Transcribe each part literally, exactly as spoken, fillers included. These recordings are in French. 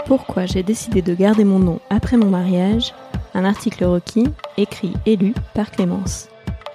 Pourquoi j'ai décidé de garder mon nom après mon mariage, un article requis, écrit et lu par Clémence.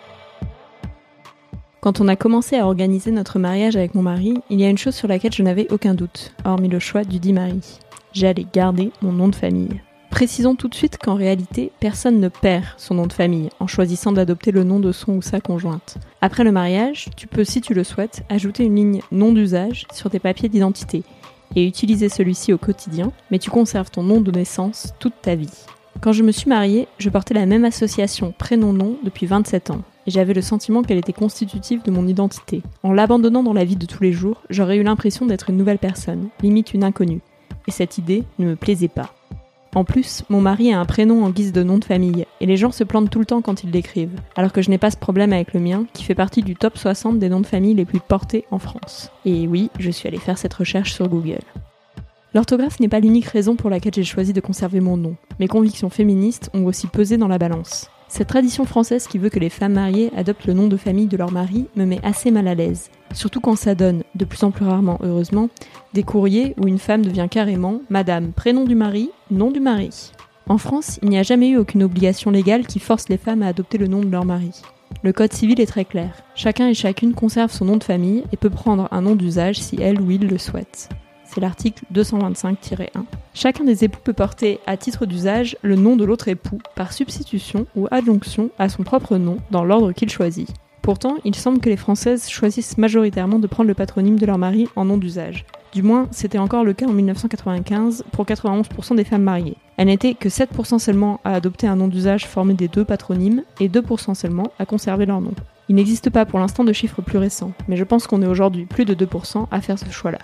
Quand on a commencé à organiser notre mariage avec mon mari, il y a une chose sur laquelle je n'avais aucun doute, hormis le choix du dit mari. J'allais garder mon nom de famille. Précisons tout de suite qu'en réalité, personne ne perd son nom de famille en choisissant d'adopter le nom de son ou sa conjointe. Après le mariage, tu peux, si tu le souhaites, ajouter une ligne nom d'usage sur tes papiers d'identité et utiliser celui-ci au quotidien, mais tu conserves ton nom de naissance toute ta vie. Quand je me suis mariée, je portais la même association prénom-nom depuis vingt-sept ans, et j'avais le sentiment qu'elle était constitutive de mon identité. En l'abandonnant dans la vie de tous les jours, j'aurais eu l'impression d'être une nouvelle personne, limite une inconnue, et cette idée ne me plaisait pas. En plus, mon mari a un prénom en guise de nom de famille, et les gens se plantent tout le temps quand ils l'écrivent, alors que je n'ai pas ce problème avec le mien, qui fait partie du top soixante des noms de famille les plus portés en France. Et oui, je suis allée faire cette recherche sur Google. L'orthographe n'est pas l'unique raison pour laquelle j'ai choisi de conserver mon nom. Mes convictions féministes ont aussi pesé dans la balance. Cette tradition française qui veut que les femmes mariées adoptent le nom de famille de leur mari me met assez mal à l'aise. Surtout quand ça donne, de plus en plus rarement heureusement, des courriers où une femme devient carrément « Madame, prénom du mari, nom du mari ». En France, il n'y a jamais eu aucune obligation légale qui force les femmes à adopter le nom de leur mari. Le code civil est très clair. Chacun et chacune conserve son nom de famille et peut prendre un nom d'usage si elle ou il le souhaite. C'est l'article deux cent vingt-cinq tiret un. Chacun des époux peut porter, à titre d'usage, le nom de l'autre époux, par substitution ou adjonction à son propre nom, dans l'ordre qu'il choisit. Pourtant, il semble que les Françaises choisissent majoritairement de prendre le patronyme de leur mari en nom d'usage. Du moins, c'était encore le cas en dix-neuf cent quatre-vingt-quinze pour quatre-vingt-onze pour cent des femmes mariées. Elles n'étaient que sept pour cent seulement à adopter un nom d'usage formé des deux patronymes et deux pour cent seulement à conserver leur nom. Il n'existe pas pour l'instant de chiffres plus récents, mais je pense qu'on est aujourd'hui plus de deux pour cent à faire ce choix-là.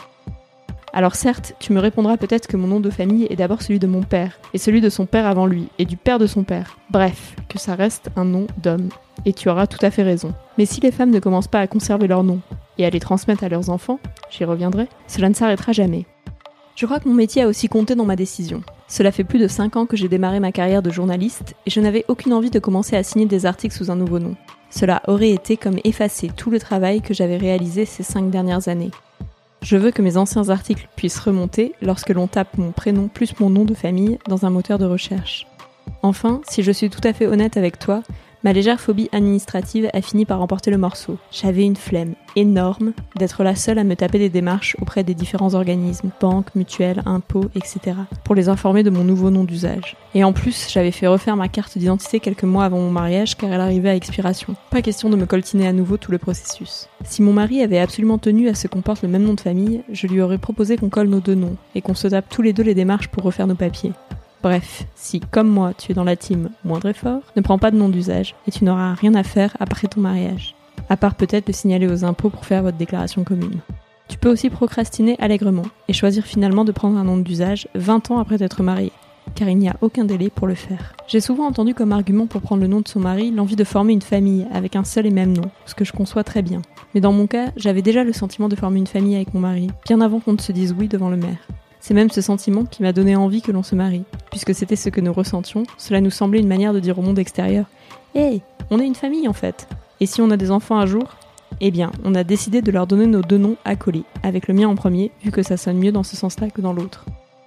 Alors certes, tu me répondras peut-être que mon nom de famille est d'abord celui de mon père, et celui de son père avant lui, et du père de son père. Bref, que ça reste un nom d'homme. Et tu auras tout à fait raison. Mais si les femmes ne commencent pas à conserver leur nom, et à les transmettre à leurs enfants, j'y reviendrai, cela ne s'arrêtera jamais. Je crois que mon métier a aussi compté dans ma décision. Cela fait plus de cinq ans que j'ai démarré ma carrière de journaliste, et je n'avais aucune envie de commencer à signer des articles sous un nouveau nom. Cela aurait été comme effacer tout le travail que j'avais réalisé ces cinq dernières années. Je veux que mes anciens articles puissent remonter lorsque l'on tape mon prénom plus mon nom de famille dans un moteur de recherche. Enfin, si je suis tout à fait honnête avec toi, ma légère phobie administrative a fini par emporter le morceau. J'avais une flemme énorme d'être la seule à me taper des démarches auprès des différents organismes, banques, mutuelles, impôts, et cetera, pour les informer de mon nouveau nom d'usage. Et en plus, j'avais fait refaire ma carte d'identité quelques mois avant mon mariage car elle arrivait à expiration. Pas question de me coltiner à nouveau tout le processus. Si mon mari avait absolument tenu à ce qu'on porte le même nom de famille, je lui aurais proposé qu'on colle nos deux noms et qu'on se tape tous les deux les démarches pour refaire nos papiers. Bref, si, comme moi, tu es dans la team moindre effort, ne prends pas de nom d'usage et tu n'auras rien à faire après ton mariage. À part peut-être le signaler aux impôts pour faire votre déclaration commune. Tu peux aussi procrastiner allègrement et choisir finalement de prendre un nom d'usage vingt ans après t'être marié, car il n'y a aucun délai pour le faire. J'ai souvent entendu comme argument pour prendre le nom de son mari l'envie de former une famille avec un seul et même nom, ce que je conçois très bien. Mais dans mon cas, j'avais déjà le sentiment de former une famille avec mon mari, bien avant qu'on ne se dise oui devant le maire. C'est même ce sentiment qui m'a donné envie que l'on se marie, puisque c'était ce que nous ressentions, cela nous semblait une manière de dire au monde extérieur « Hey, on est une famille en fait !» Et si on a des enfants un jour ? Eh bien, on a décidé de leur donner nos deux noms accolés, avec le mien en premier, vu que ça sonne mieux dans ce sens-là que dans l'autre.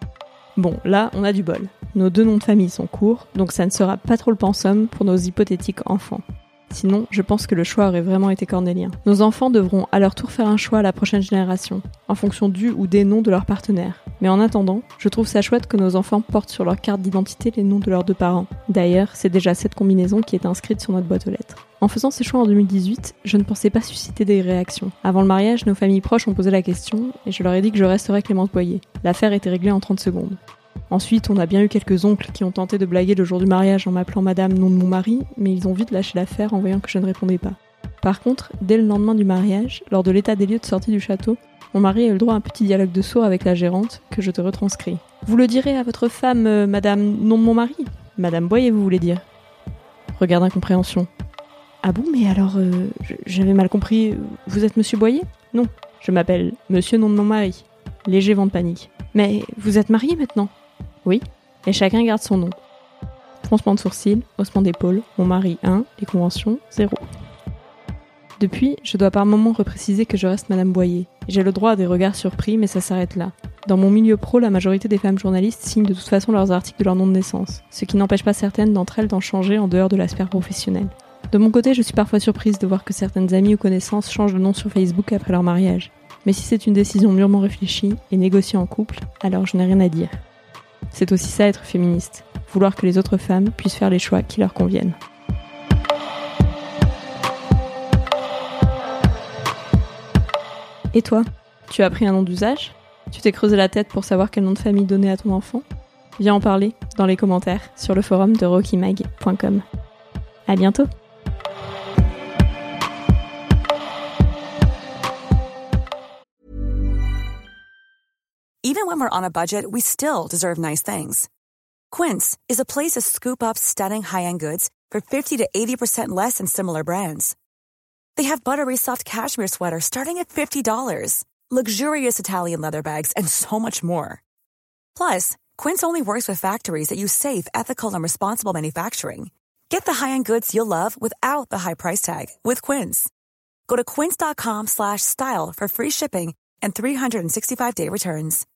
Bon, là, on a du bol. Nos deux noms de famille sont courts, donc ça ne sera pas trop le pensum pour nos hypothétiques enfants. Sinon, je pense que le choix aurait vraiment été cornélien. Nos enfants devront à leur tour faire un choix à la prochaine génération, en fonction du ou des noms de leurs partenaires. Mais en attendant, je trouve ça chouette que nos enfants portent sur leur carte d'identité les noms de leurs deux parents. D'ailleurs, c'est déjà cette combinaison qui est inscrite sur notre boîte aux lettres. En faisant ce choix en deux mille dix-huit, je ne pensais pas susciter des réactions. Avant le mariage, nos familles proches ont posé la question, et je leur ai dit que je resterais Clémence Boyer. L'affaire était réglée en trente secondes. Ensuite, on a bien eu quelques oncles qui ont tenté de blaguer le jour du mariage en m'appelant madame nom de mon mari, mais ils ont vite lâché l'affaire en voyant que je ne répondais pas. Par contre, dès le lendemain du mariage, lors de l'état des lieux de sortie du château, mon mari a eu le droit à un petit dialogue de sourd avec la gérante, que je te retranscris. « Vous le direz à votre femme, euh, madame nom de mon mari ? Madame Boyer, vous voulez dire ?» Regarde incompréhension. « Ah bon, mais alors, euh, j'avais mal compris, vous êtes monsieur Boyer ? Non, je m'appelle monsieur nom de mon mari. » Léger vent de panique. « Mais vous êtes marié maintenant ? » Oui, et chacun garde son nom. Froncement de sourcils, haussement d'épaule, mon mari un, les conventions zéro. Depuis, je dois par moments repréciser que je reste Madame Boyer. J'ai le droit à des regards surpris, mais ça s'arrête là. Dans mon milieu pro, la majorité des femmes journalistes signent de toute façon leurs articles de leur nom de naissance, ce qui n'empêche pas certaines d'entre elles d'en changer en dehors de la sphère professionnelle. De mon côté, je suis parfois surprise de voir que certaines amies ou connaissances changent de nom sur Facebook après leur mariage. Mais si c'est une décision mûrement réfléchie et négociée en couple, alors je n'ai rien à dire. C'est aussi ça être féministe, vouloir que les autres femmes puissent faire les choix qui leur conviennent. Et toi, tu as pris un nom d'usage ? Tu t'es creusé la tête pour savoir quel nom de famille donner à ton enfant ? Viens en parler dans les commentaires sur le forum de rokimag point com. À bientôt. Even when we're on a budget, we still deserve nice things. Quince is a place to scoop up stunning high-end goods for fifty to eighty percent less than similar brands. They have buttery soft cashmere sweaters starting at fifty dollars, luxurious Italian leather bags, and so much more. Plus, Quince only works with factories that use safe, ethical, and responsible manufacturing. Get the high-end goods you'll love without the high price tag with Quince. Go to quince dot com slash style for free shipping and three sixty-five day returns.